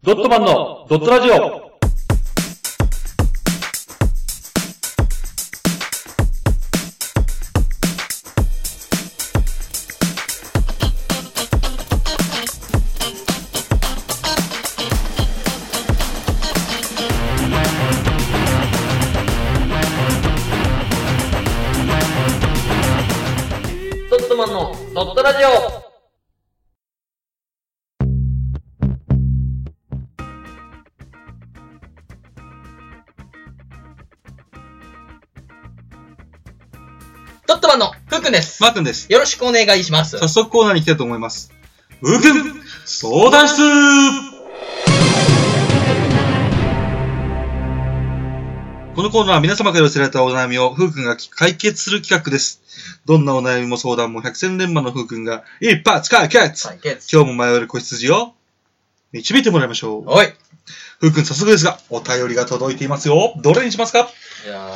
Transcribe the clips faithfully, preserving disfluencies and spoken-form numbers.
ドットマンのドットラジオ。 ドットマンのドットラジオ。ドットマンのふうくんです。 マー君です。 よろしくお願いします。 早速コーナーに行きたいと思います。ふうくん相談室。このコーナーは皆様から寄せられたお悩みをふうくんが解決する企画です。どんなお悩みも相談も百戦錬磨のふうくんが一発解決。 解決。 今日も迷える子羊を導いてもらいましょう。 おい。 ふうくん早速ですが、お便りが届いていますよ。どれにしますか？ いやー、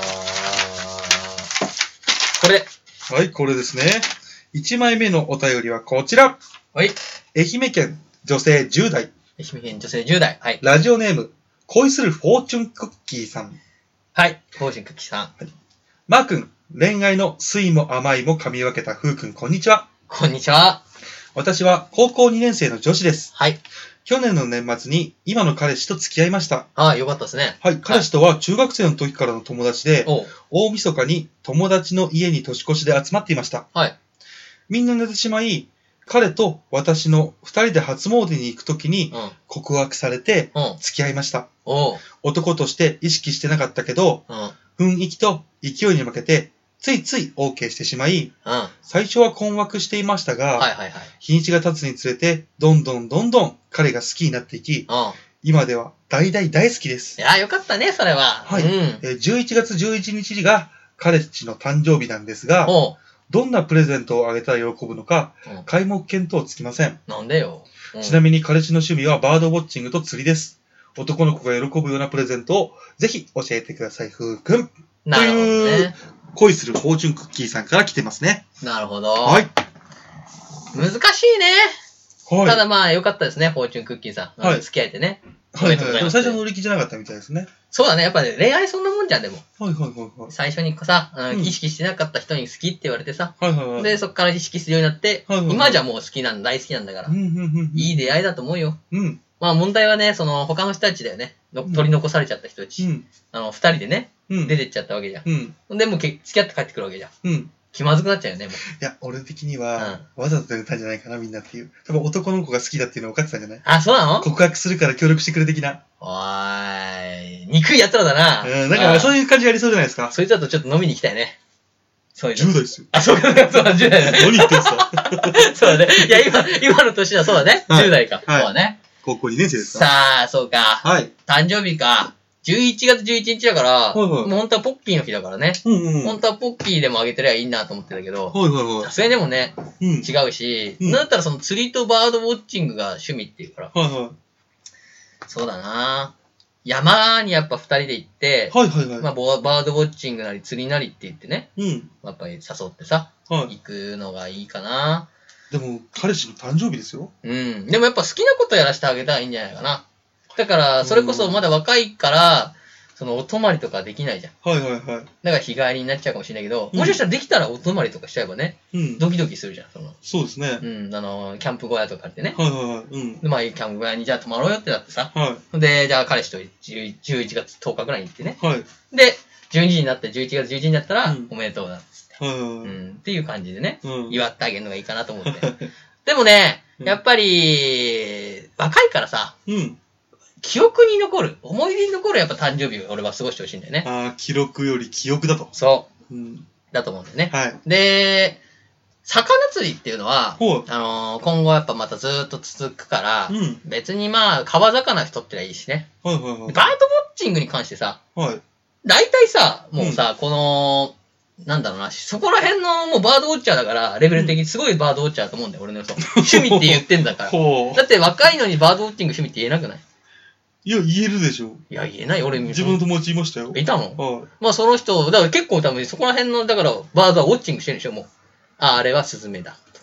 これ。 はい、これですね。いちまいめのお便りはこちら。 はい。 愛媛県女性じゅう代。 愛媛県女性じゅう代。はい。 ラジオネーム、恋するフォーチュンクッキーさん。 はい。フォーチュンクッキーさん。はい、 マー君、恋愛の酸いも甘いも噛み分けたふうくん、こんにちは。 こんにちは。 私は高校にねん生の女子です。 はい。 去年の年末に今の彼氏と付き合いました。 ああ、よかったですね。 はい。彼氏とは中学生の時からの友達で、 はい、 大晦日に友達の家に年越しで集まっていました。 はい。 みんな寝てしまい、彼と私の二人で初詣に行く時に告白されて付き合いました。 うん、 男として意識してなかったけど、うん、雰囲気と勢いに負けてついつい OK してしまい、うん、最初は困惑していましたが、はいはいはい、日にちが経つにつれてどんどんどんどん彼が好きになっていき、うん、今では大大大好きです。 いや、よかったね、それは。 はい。うん、じゅういちがつじゅういちにちが彼氏の誕生日なんですが、どんなプレゼントをあげたら喜ぶのか、うん、皆目見当つきません。 なんでよ、うん。 ちなみに彼氏の趣味はバードウォッチングと釣りです。男の子が喜ぶようなプレゼントをぜひ教えてください、ふうくん。 なるほどね。 恋するフォーチュンクッキーさんから来てますね。 なるほど。 はい。 難しいね。はい。ただまあ、よかったですね、フォーチュンクッキーさん。はい。付き合えてね。 はい、はい。でも最初の乗り気じゃなかったみたいですね。 そうだね。やっぱね、恋愛そんなもんじゃん、でも。 はいはいはいはい。 最初にさ、うん、意識してなかった人に好きって言われてさ。 はいはいはい。 で、そっから意識するようになって、はいはいはい、今じゃもう好きなんだ、大好きなんだから。うんうんうんうん、いい出会いだと思うよ。うん。まあ問題はね、その、他の人たちだよね。の取り残されちゃった人たち。うん。あの、二人でね、うん、出てっちゃったわけじゃん。うん。で、もう付き合って帰ってくるわけじゃん。うん。気まずくなっちゃうよね、もう。いや、俺的には、うん、わざと出たんじゃないかな、みんなっていう。多分男の子が好きだっていうの分かってたんじゃない？ あ、そうなの？ 告白するから協力してくれ的な。 おーい。憎い奴らだな。 うん、なんかそういう感じありそうじゃないですか。 そいつだとちょっと飲みに行きたいね。そういうの。 じゅう代ですよ。 あ、そうか、そうだ、じゅう代だね。 何言ってんすか？ そうだね。いや、今、今の年はそうだね。はい、じゅう代か。 はい、 そうだね。 高校にねん生ですか？ さあ、そうか。はい。誕生日か。じゅういちがつじゅういちにちだから、はいはい、もう本当はポッキーの日だからね。うんうん、本当はポッキーでもあげてりゃいいなと思ってたけど、はいはいはい、さすがにでもね、うん、違うし、うん、なんだったらその釣りとバードウォッチングが趣味っていうから、はいはい、そうだな山にやっぱ二人で行って、はいはいはい、まあバードウォッチングなり釣りなりって言ってね、うん、やっぱり誘ってさ、はい、行くのがいいかな。 でも、彼氏の誕生日ですよ。 うん。でもやっぱ好きなことやらせてあげたらいいんじゃないかな。だから、それこそまだ若いから、そのお泊まりとかできないじゃん。はいはいはい。だから日帰りになっちゃうかもしれないけど、うん、もしかしたらできたらお泊まりとかしちゃえばね、うん、ドキドキするじゃん。そのそうですね。 うん、あの、キャンプ小屋とか借りてね。 はいはいはい。うん。 で、まあ、キャンプ小屋にじゃあ泊まろうよってなってさ。はい。で、じゃあ彼氏とじゅういちがつとおかぐらいに行ってね。はい。で、じゅうにじになって、じゅういちがつじゅういちにちになったら、うん、おめでとうだっつって。はいはいはい。うん。っていう感じでね、うん、祝ってあげるのがいいかなと思って。でもね、やっぱり、若いからさ、うん。記憶に残る、思い出に残るやっぱ誕生日を俺は過ごしてほしいんだよね。 ああ、記録より記憶だと。 そう。うん。だと思うんだよね。はい。で、魚釣りっていうのは、あのー、今後やっぱまたずーっと続くから、うん、別にまあ、川魚取ってりゃいいしね。はいはいはい。バードウォッチングに関してさ、はい。大体さ、もうさ、うん、この、なんだろうな、そこら辺のもうバードウォッチャーだから、レベル的にすごいバードウォッチャーだと思うんだよ、俺の予想。趣味って言ってんだから。だって若いのにバードウォッチング趣味って言えなくない？ いや、言えるでしょ。 いや、言えない。俺、 自分の友達いましたよ。 いたの？はい。まあ、その人、だから結構多分そこら辺の、だから、バードはウォッチングしてるんでしょ、もう。あ、あれはスズメだ。とか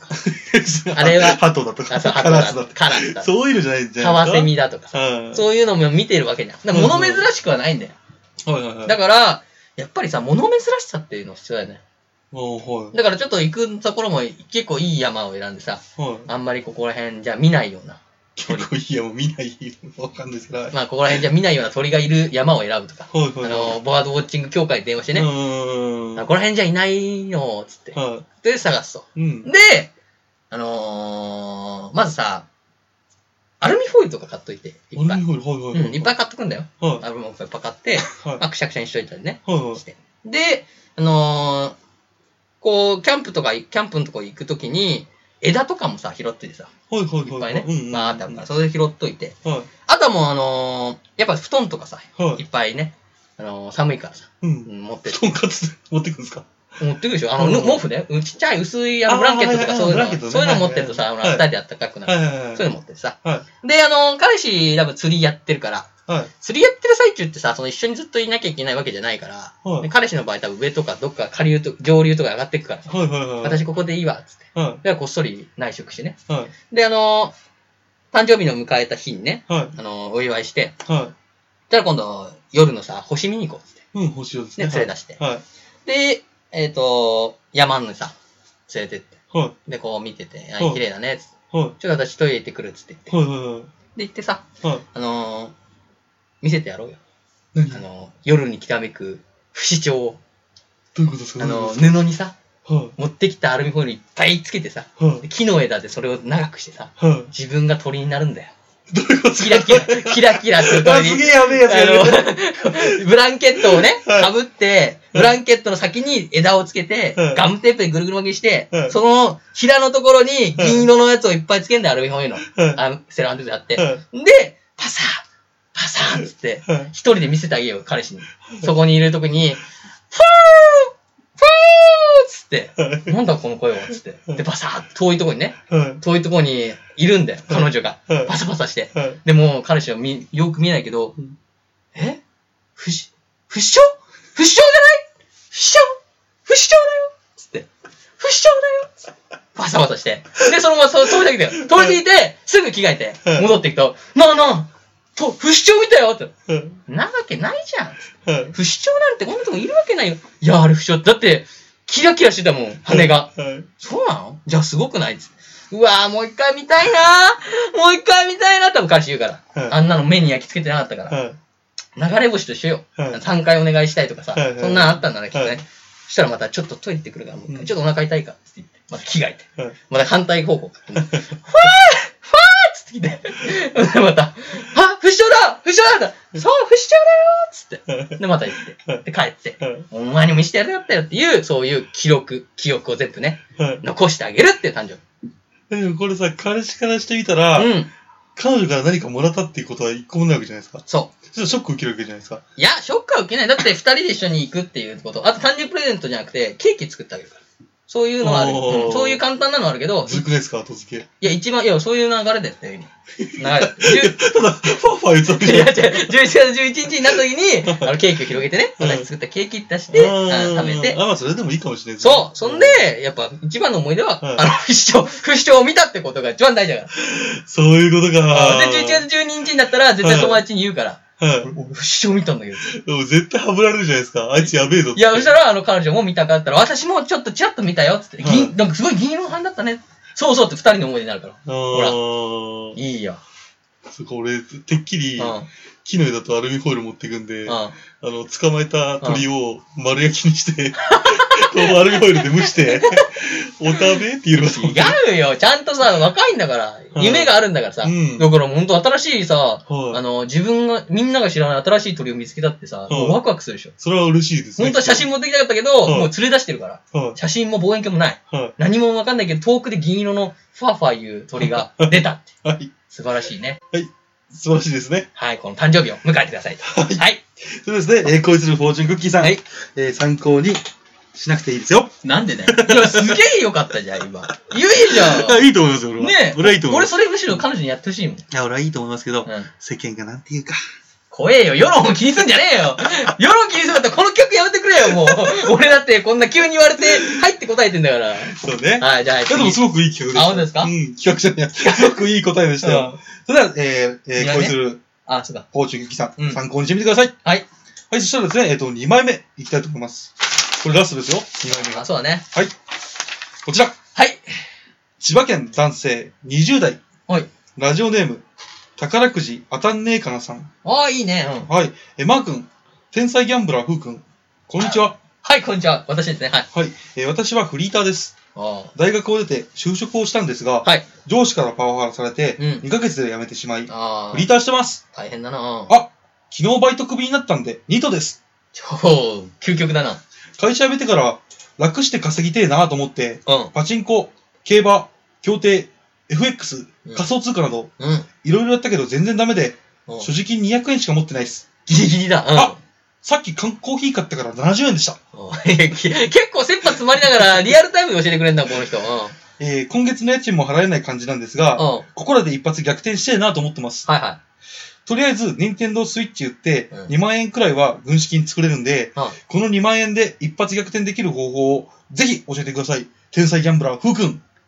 か。あれは、 ハトだとか、 カラスだとか。カラスだ。 そういうのじゃないんじゃないですか。カワセミだとかさ。そういうのも見てるわけじゃん。だから物珍しくはないんだよ。はいはいはい。だから、やっぱりさ、物珍しさっていうの必要だよね。はい。だからちょっと行くところも結構いい山を選んでさ、はい、あんまりここら辺じゃ見ないような。 結構いい山見ないわかんないですけど。 まあここら辺じゃ見ないような鳥がいる山を選ぶとか。はいはいはい、あの、バードウォッチング協会に電話してね。うん。ここら辺じゃいないの、つって。はい。で、探すと。うん。で、あのー、まずさ、アルミホイルとか買っといて、いっぱい。アルミホイル、はいはいはい。うん、いっぱい買っとくんだよ。はい。アルミホイルいっぱい買って、はい。まあ、くしゃくしゃにしといたりね。はいはい。して。で、あのー、こう、キャンプとか、キャンプのとこ行くときに、枝とかもさ、拾っといてさ。はいはいはい。いっぱいね。うんうん、バーってあるから、それで拾っといて。はい。あとはもう、あのー、やっぱ布団とかさ、はい。いっぱいね、あのー、寒いからさ。うん。持って布団かつ持ってくんですか？ 持ってくるでしょ？あの、毛布ね。ちっちゃい薄いあのブランケットとかそういうの、そういうの持ってるとさ、二人であったかくなる。そういうの持ってるさ。で、あの、彼氏、多分釣りやってるから、はい、釣りやってる最中ってさ、その一緒にずっといなきゃいけないわけじゃないから、はい、彼氏の場合多分上とかどっか下流と上流とか上がっていくからさ、はいはいはい、私ここでいいわ、つって。はい、で、こっそり内職してね。はい、で、あのー、誕生日の迎えた日にね、はい、あのー、お祝いして、はい、じゃあ今度夜のさ、星見に行こう、つって。 うん、星をですね。 ね、連れ出して。はい、で、えっと、山にさ、連れてって。はい、で、こう見てて、あ、綺麗だね、つって。はい、ちょっと私トイレ行ってくる、つって言って。はいはいはい、で、行ってさ、はい、あのー、見せてやろうよ。あの、夜にきらめく不死鳥を。 どういうことですか？ あの、布にさ、はあ、持ってきたアルミホイルいっぱいつけてさ、はあ、木の枝でそれを長くしてさ、はあ、自分が鳥になるんだよ。 どういうことですか？ キラキラ、キラキラする鳥に。 すげえやべえやつやる。ブランケットをね、かぶって、ブランケットの先に枝をつけて、はあ、ガムテープでぐるぐる巻きして、はあ、その平のところに銀色のやつをいっぱいつけんだよ、アルミホイルの。はあ、あセロハンテープであって。はあ、で、パサーパサーンつって、一人で見せてあげよう、彼氏に。そこにいるときに、フーフーつって、なんだこの声はつって。で、パサー遠いとこにね、遠いとこにいるんだよ、彼女が。パサパサして。でも、彼氏はみよく見えないけど、え不死、不死鳥不死鳥じゃない不死鳥不死鳥だよつって。不死鳥だよパサパサして。で、そのまま通り過ぎてよ。通り過ぎて、すぐ着替えて、戻っていくと、なあなあと、不死鳥見たよって。なわけないじゃん。不死鳥なんてこんなとこいるわけないよ。いや、あれ不死鳥。だって、キラキラしてたもん、羽が。そうなの？じゃあすごくないっつって。うわぁ、もう一回見たいなぁ。もう一回見たいなって多分彼氏言うから。あんなの目に焼き付けてなかったから。流れ星と一緒よ。さんかいお願いしたいとかさ。そんなのあったんだね、きっとね。そしたらまたちょっとトイレ行ってくるから、もう一回ちょっとお腹痛いからって言って、また着替えて。また反対方向から。ふわーふわーつって来て。また、あ不死鳥だ不死鳥だそう、不死鳥だよつって。で、また行って。で、帰って。お前に見せてやるやったよっていう、そういう記録、記憶を全部ね、残してあげるっていう誕生日。でもこれさ、彼氏からしてみたら、うん、彼女から何かもらったっていうことは一個もないわけじゃないですか。 そう。 ちょっとショック受けるわけじゃないですか。 いや、ショックは受けない。だって二人で一緒に行くっていうこと。あと誕生日プレゼントじゃなくて、ケーキ作ってあげるから。そういうのはある、うん。そういう簡単なのはあるけど。 ずくですか後付け。 いや、一番、いや、そういう流れだよね、流れ。ただ、 ファーファー言ってたいや、違う、じゅういちがつじゅういちにちになった時に、あの、ケーキを広げてね、私作ったケーキ出して、食べて。 あ、まあ、それでもいいかもしれないですね。そう。そんで、やっぱ、一番の思い出は、あの、不死鳥、不死鳥を見たってことが一番大事だから。 そういうことか。 で、じゅういちがつじゅうににちになったら、絶対友達に言うから。はい。俺、不死鳥見たんだけど。 でも絶対ハブられるじゃないですか。あいつやべえぞって。 いや、そしたら、あの、彼女も見たかったら、私もちょっとチラッと見たよ、つって。銀、はい、なんかすごい銀色の花だったね。そうそうって二人の思い出になるから。ほら。いいよ。 そこ俺、てっきり、木の枝とアルミホイル持っていくんで、あの、捕まえた鳥を丸焼きにして、このアルミホイルで蒸して、お食べって言うのか違うよ。ちゃんとさ、若いんだから。夢があるんだからさ。うん、だからほんと新しいさ、はい、あの、自分が、みんなが知らない新しい鳥を見つけたってさ、はい、もうワクワクするでしょ。 それは嬉しいですね。 ほんとは写真持ってきたかったけど、はい、もう連れ出してるから。はい、写真も望遠鏡もない。はい、何もわかんないけど、遠くで銀色のファーファーいう鳥が出たって。はい。素晴らしいね。 はい。素晴らしいですね。 はい、この誕生日を迎えてください。はい。はい。 そうですね、えー、恋するフォーチュンクッキーさん。はい。えー、参考にしなくていいですよ。 なんでね。いや、すげえよかったじゃん、今。いいじゃん。 いいと思いますよ、俺は。 ねえ。 俺はいいと思います。 俺それむしろ彼女にやってほしいもん。いや、俺はいいと思いますけど、うん、世間がなんて言うか。 怖えよ。世論を気にすんじゃねえよ。世論気にするんだったらこの曲やめてくれよ、もう。俺だってこんな急に言われて、はいって答えてんだから。 そうね。 はい、じゃあ、いや、でもすごくいい企画でした。 あ、本当ですか？ うん、企画じゃねえ。すごくいい答えでしたよ。それでは、えー、えー、恋する、 あ、そうだ。 ポーチュギキさん、参考にしてみてください。 はい。 はい、そしたらですね、えっと、にまいめいきたいと思います。これラストですよ、にまいめが。 あ、そうだね。 はい。こちら。 はい。 千葉県男性にじゅう代。 はい。 ラジオネーム、宝くじ当たんねえかなさん。 ああ、いいね。 うん。はい。え、マー君、天才ギャンブラーふう君。こんにちは。 はい、こんにちは。私ですね。はい。 はい。えー、私はフリーターです。あ大学を出て就職をしたんですが、はい、上司からパワハラされて、にかげつで辞めてしまい、うん、フリーターしてます。 大変だな。 あ、昨日バイトクビになったんで、ニートです。 超、究極だな。 会社辞めてから楽して稼ぎてえなと思って、うん、パチンコ、競馬、競艇、エフエックス、うん、仮想通貨など、いろいろやったけど全然ダメで、うん、所持金にひゃくえんしか持ってないです。 ギリギリだ。うん、 あ、さっき缶コーヒー買ったからななじゅうえんでした。 結構切羽詰まりながらリアルタイムで教えてくれるんだ、この人。うん、 えー、今月の家賃も払えない感じなんですが、うん、ここらで一発逆転してえなと思ってます。はいはい。とりあえず、ニンテンドースイッチ売って、にまんえんくらいは軍資金作れるんで、うん、このにまんえんで一発逆転できる方法をぜひ教えてください。天才ギャンブラー、ふうくん。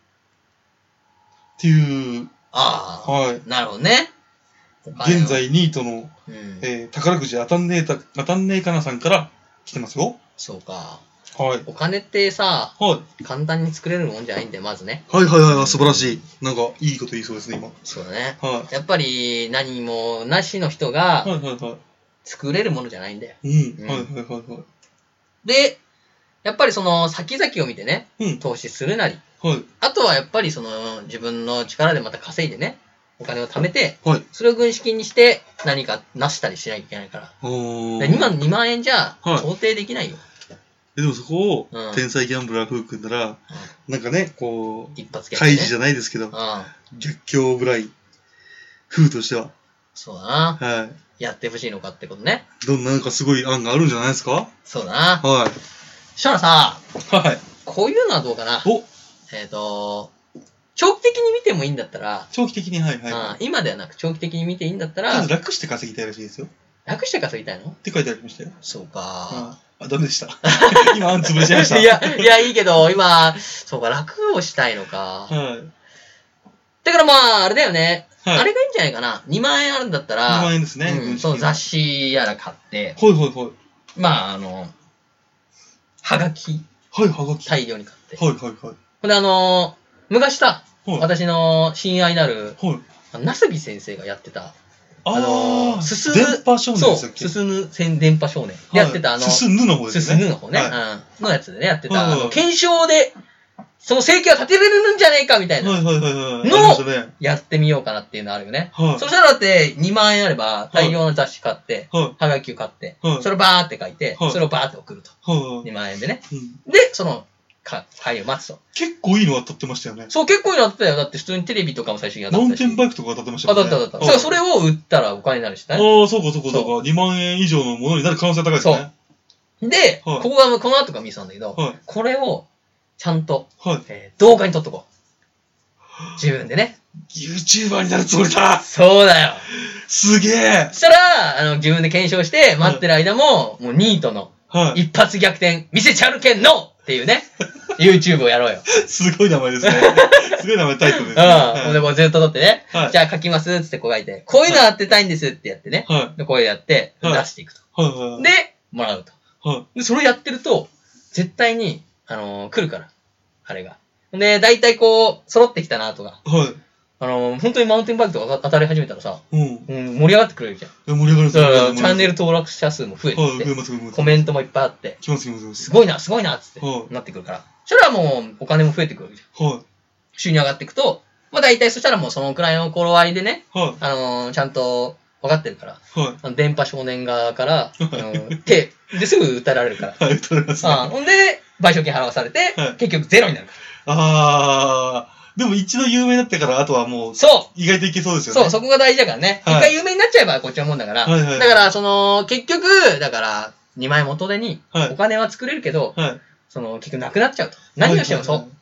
っていう。 ああ。はい。なるほどね。 現在ニートの、うん、えー、宝くじ当たんねえた、当たんねえかなさんから来てますよ。 そうか。 はい。 お金ってさ、はい。簡単に作れるもんじゃないんだよ、まずね。 はいはいはい、素晴らしい。なんか、いいこと言いそうですね、今。 そうだね。はい。やっぱり、何もなしの人が、はいはいはい。作れるものじゃないんだよ。うん。うん、はいはいはいはい。で、やっぱりその、先々を見てね、うん、投資するなり。はい。あとはやっぱりその、自分の力でまた稼いでね、お金を貯めて、はい、それを軍資金にして何か成したりしなきゃいけないから。今のにまんえんじゃ、到底できないよ。 でもそこを、うん、天才ギャンブラー風組んだら、うん、なんかね、こう、一発逆、ね、開示じゃないですけど、うん、逆境ぐらい、風としては。 そうだな。はい。やってほしいのかってことね。 どんな、なんかすごい案があるんじゃないですか？ そうだな。はい。そしたらさ、はい。こういうのはどうかな。おえっ、ー、と、長期的に見てもいいんだったら、 長期的に、はいはい、はい。 今ではなく長期的に見ていいんだったら、 まず楽して稼ぎたいらしいですよ。 楽して稼ぎたいのって書いてありましたよ。 そうか。 あ、ダメでした。今、あんつぶれちゃいました。 いや、いや、いいけど、今、そうか、楽をしたいのか。はい。だからまあ、あれだよね。はい、あれがいいんじゃないかな。にまんえんあるんだったら、 にまんえんですね。 うん、その雑誌やら買って、 はいはいはい。 まあ、あの、はがき。 はい、はがき。 大量に買って。 はいはいはい。 ほんで、あの、昔さ、はい、私の親愛なる、はい、なすび先生がやってた、あのー、すすぬ、 電波少年でしたっけ？そう、すすぬ戦電波少年。でやってた、あの、 すすぬの方ですね。 すすぬの方ね。はい、うん。のやつでね、やってた、はいはい、あの、検証で、その生計を立てれるんじゃねえかみたいな。はいはいはいはい。のを、やってみようかなっていうのあるよね。はい。そしたらだって、にまんえんあれば、大量の雑誌買って、はい。はがきを買って、はい。それをバーって書いて、はい。それをバーって送ると。はい。にまんえんでね。うん。で、その、か、会を待つと。 結構いいの当たってましたよね。 そう、結構いいの当たったよ。だって普通にテレビとかも最初に当たったし。 マウンテンバイクとか当たってましたよね。 当たった当たった。だからそれを売ったらお金になるしね。 ああ、そうかそうかそうか。にまんえん以上のものになる可能性高いですね。 そう。で、はい、ここが、この後が見せたんだけど、はい、これを、ちゃんと、はいえー、動画に撮っとこう。自分でね。 YouTuber になるつもりだ。 そうだよ。 すげえ。 そしたら、あの、自分で検証して待ってる間も、はい、もうニートの、一発逆転見せちゃるけんのっていうね。YouTube をやろうよ。 すごい名前ですね。すごい名前タイトルですね。 うん。ほんでこうずっと撮ってね。はい、じゃあ書きますつってこう書いて、こういうの当てたいんですってやってね。はい、でこうやって、出していくと。はい、で、もらうと。はい、で、それをやってると、絶対に、あのー、来るから。あれが。で、大体こう、揃ってきたなとか。はい。あのー、本当にマウンテンバイクとか当たり始めたらさ、うん。うん、盛り上がってくれるじゃん。 盛り上がるんですよ。 チャンネル登録者数も増えてきて、はい、増えます増えます。コメントもいっぱいあって、 来ます来ます。 すごいな、すごいな、つって、はい、なってくるから。そしたらもう、お金も増えてくるじゃん。はい。収入上がっていくと、まあ大体そしたらもうそのくらいの頃合いでね、はい。あのー、ちゃんと、分かってるから。はい。あの電波少年側から、あの、手、ですぐ訴えられるから。 はい、訴えられますね。 ほんで、賠償金払わされて、はい、結局ゼロになるから。 あー。でも一度有名になってから、あとはもう、 そう意外といけそうですよね。 そう、そこが大事だからね。一、はい、回有名になっちゃえばこっちのもんだから。はいはいはい、だから、その、結局、だから、にまんえん元手に、お金は作れるけど、はい、その、結局なくなっちゃうと。何をしてもそう。 あ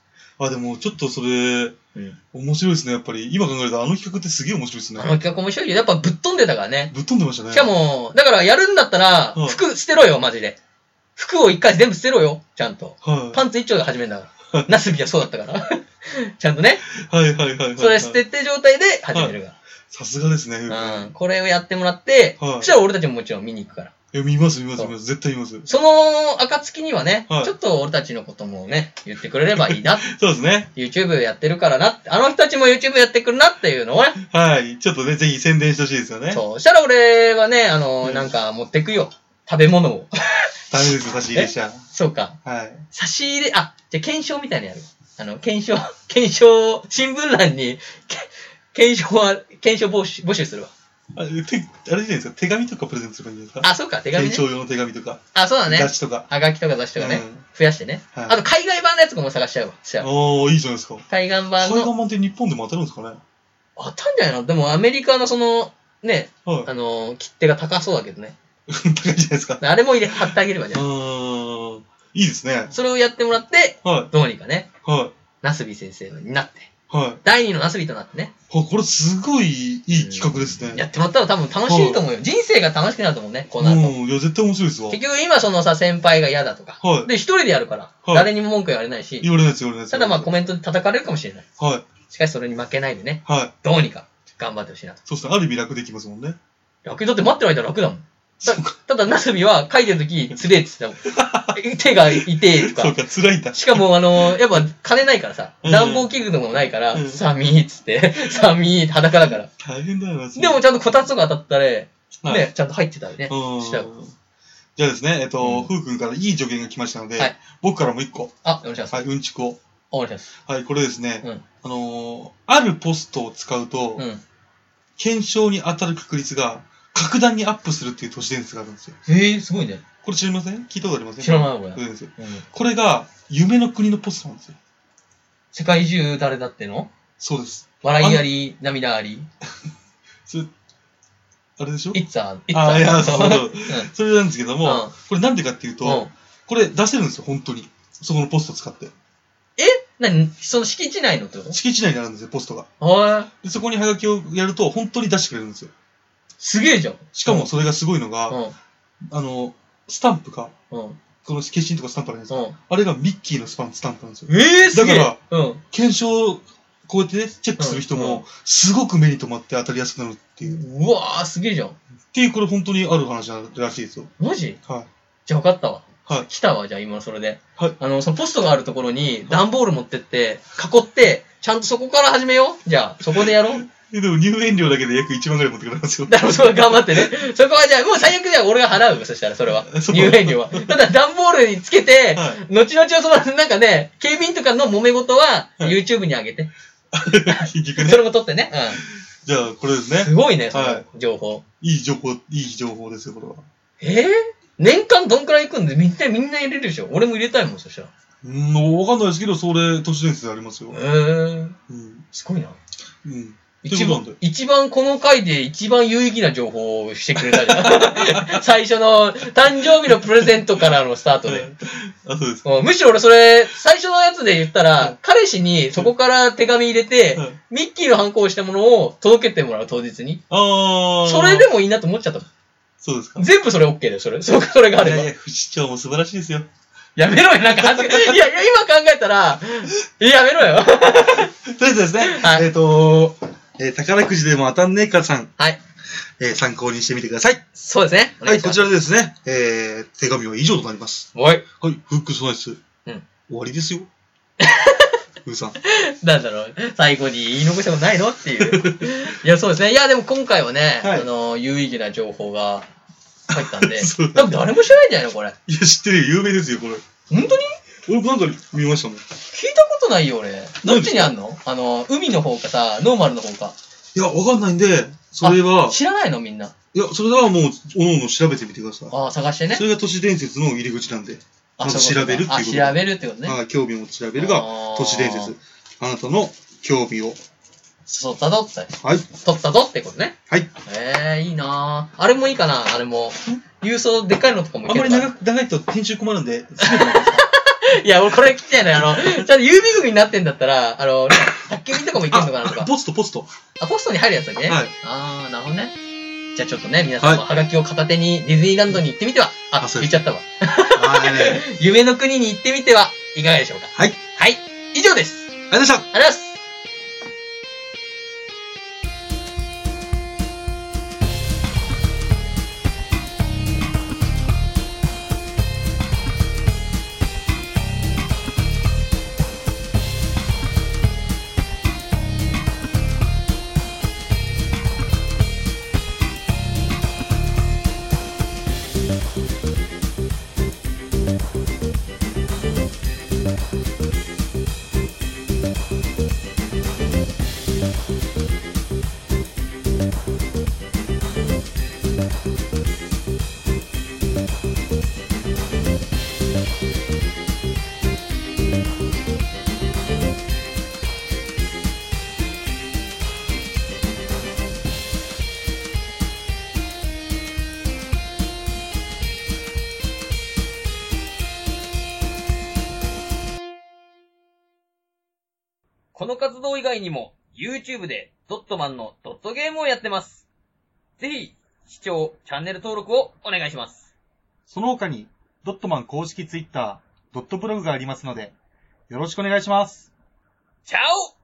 あ、でも、ちょっとそれ、うん、面白いですね、やっぱり。今考えると、あの企画ってすげえ面白いですね。 あの企画面白いけど、やっぱぶっ飛んでたからね。 ぶっ飛んでましたね。 しかも、だからやるんだったら、服捨てろよ、マジで。服を一回全部捨てろよ、ちゃんと。はい、パンツ一丁で始めるんだから。ナスビはそうだったから。ちゃんとね。 はいはいはいはい。 それ捨てて状態で始めるから。 さすがですね、 うん。これをやってもらって、はい、そしたら俺たちももちろん見に行くから。 いや、見ます見ます見ます。絶対見ます。 その暁にはね、はい、ちょっと俺たちのこともね、言ってくれればいいな。 そうですね。 YouTube やってるからな。あの人たちも YouTube やってくるなっていうのをね。 はい。ちょっとね、ぜひ宣伝してほしいですよね。 そう。そしたら俺はね、あの、うん、なんか持ってくよ。食べ物を。 ダメですよ、差し入れしちゃう。 そうか。 はい。 差し入れ、あ、じゃあ検証みたいなのやる。あの、検証、検証、新聞欄に、検証は、検証募集、募集するわ。 あれ、て、あれじゃないですか、手紙とかプレゼントすればいいんですか？ あ、そうか、手紙ね。 検証用の手紙とか。 あ、そうだね。 雑誌とか。 はがきとか雑誌とかね。うん、増やしてね。はい、あと、海外版のやつも探しちゃうわ。 ああ、いいじゃないですか。 海外版の。 海外版って日本でも当たるんですかね？ 当たんじゃないの？でも、アメリカのその、ね、はい、あの、切手が高そうだけどね。 高いじゃないですか。 あれも入れ、貼ってあげればじゃん。 ああ、いいですね。 それをやってもらって、はい、どうにかね。 はい。 ナスビ先生になって。 はい。 第二のナスビとなってね。 これすごいいい企画ですね。 やってもらったら多分楽しいと思うよ。人生が楽しくなると思うね、こうなると。 うん、いや、絶対面白いですわ。 結局今そのさ、先輩が嫌だとか。はい。で、一人でやるから。はい。誰にも文句言われないし。 言われないです、言われないです。 ただまあコメントで叩かれるかもしれない。 はい。 しかしそれに負けないでね。 はい。 どうにか頑張ってほしいなと。 そうですね、ある意味楽できますもんね。 楽だって待ってる間楽だもん。ただ、ナスビは書いてるとき、つれえって言ってたもん。手が痛えとか。 そうか、辛いんだ。 しかも、あの、やっぱ金ないからさ、暖房器具とかもないから、うん、寒いっつって、寒いって裸だから。 大変だよな、 でもちゃんとこたつとか当たったら、ね、はい、ちゃんと入ってたりね。 したよ。じゃあですね、えっと、ふうくんからいい助言が来ましたので、はい、僕からも一個。 あ、お願いします。 はい、うんちくを。 お願いします。 はい、これですね、うん、あのー、あるポストを使うと、うん、検証に当たる確率が、格段にアップするっていう都市伝説があるんですよ。 えー、すごいね。 これ知りません？聞いたことありません？ 知らないこれ。 これですよ。うん、これが、夢の国のポストなんですよ。 世界中誰だっての？ そうです。 笑いあり、涙あり。 それ、あれでしょ？ いつあ、 いつあ。あ、いや、そう。うん、それなんですけども、うん、これなんでかっていうと、うん、これ出せるんですよ、本当に。そこのポストを使って。 え？何？その敷地内のってこと？ 敷地内にあるんですよ、ポストが。 はい。 で、そこにハガキをやると、本当に出してくれるんですよ。 すげえじゃん。 しかもそれがすごいのが、うん、あの、スタンプが、うん、この消印とかスタンプあるじゃないですか。うん、あれがミッキーのスパンスタンプなんですよ。 えー、すげえ。 だから、うん、検証、こうやってね、チェックする人も、すごく目に留まって当たりやすくなるっていう。 うわー、すげえじゃん。 っていう、これ本当にある話らしいですよ。 マジ？ はい。 じゃあ分かったわ。 はい。 来たわ、じゃあ今それで。 はい。 あの、そのポストがあるところに、段ボール持ってって、囲って、ちゃんとそこから始めよう。じゃあ、そこでやろう。 でも入園料だけで約いちまんぐらい持ってくれますよ。 だからそれ頑張ってね。そこはじゃあ、もう最悪じゃあ俺が払うよ、そしたらそれは。入園料は。ただ段ボールにつけて、はい、後々その、なんかね、警備員とかの揉め事は、YouTube に上げて。 結局ね。 それも撮ってね。うん。 じゃあ、これですね。 すごいね、その情報。はい、 いい情報、いい情報ですよ、これは。 えぇ、ー、年間どんくらい行くんでみんな、みんな入れるでしょ。俺も入れたいもん、そしたら。 うん、わかんないですけど、それ、都市伝説ありますよ。 へぇー。うん。すごいな。 うん。 一番、一番この回で一番有意義な情報をしてくれたじゃん。最初の誕生日のプレゼントからのスタートで。 あ、そうですか。むしろ俺それ、最初のやつで言ったら、彼氏にそこから手紙入れて、ミッキーの反抗したものを届けてもらう当日に。 ああ。 それでもいいなと思っちゃった。 そうですか。 全部それ OK だよ、それ。それがあれば。 いやいや、不死鳥も素晴らしいですよ。 やめろよ、なんか恥ずかしい。いやいや、今考えたら、やめろよ。 とりあえずですね、はい、えっ、ー、とえー、宝くじでも当たんねえかさん。 はい。 えー、参考にしてみてください。 そうですね。 はい、こちらでですね、えー、手紙は以上となります。 はい。 はい、フックスナイス。うん。終わりですよ。ふうさん。 なんだろう、最後に言い残したことないのっていう。いや、そうですね。いや、でも今回はね、はい、あの、有意義な情報が入ったんで、多分誰も知らないんじゃないのこれ。 いや、知ってるよ。有名ですよ、これ。 本当に？ 俺なんか見ましたもん。 聞いたことないよ、俺。どっちにあんの？あの、海の方かさ、ノーマルの方か。 いや、わかんないんで、それは。 知らないのみんな。 いや、それはもう、おのおの調べてみてください。 ああ、探してね。 それが都市伝説の入り口なんで。まず調べるっていうこと。 あ、調べるってことね。 ああ、興味を調べるが、都市伝説。あなたの興味を。 そう、たどった。 はい。 取ったぞってことね。 はい。 ええー、いいなぁ。あれもいいかな、あれも。郵送でっかいのとかもいけるかな。 あんまり長いと編集困るんで、すべてなんですかいや、俺これ聞きたいのよ。あの、ちゃんと郵便局になってんだったら、あの、宅急便とかも行けるのかなとか。 ポスト、ポスト。 あ、ポストに入るやつだっけね。はい。あー、なるほどね。じゃあちょっとね、皆さんもハガキを片手にディズニーランドに行ってみては。あ、言っちゃったわ。夢の国に行ってみてはいかがでしょうか。 はい。 はい。以上です。 ありがとうございました。 ありがとうございます。この活動以外にも YouTube でドットマンのドットゲームをやってます。ぜひ視聴、チャンネル登録をお願いします。 その他にドットマン公式 Twitter、ドットブログがありますのでよろしくお願いします。 チャオ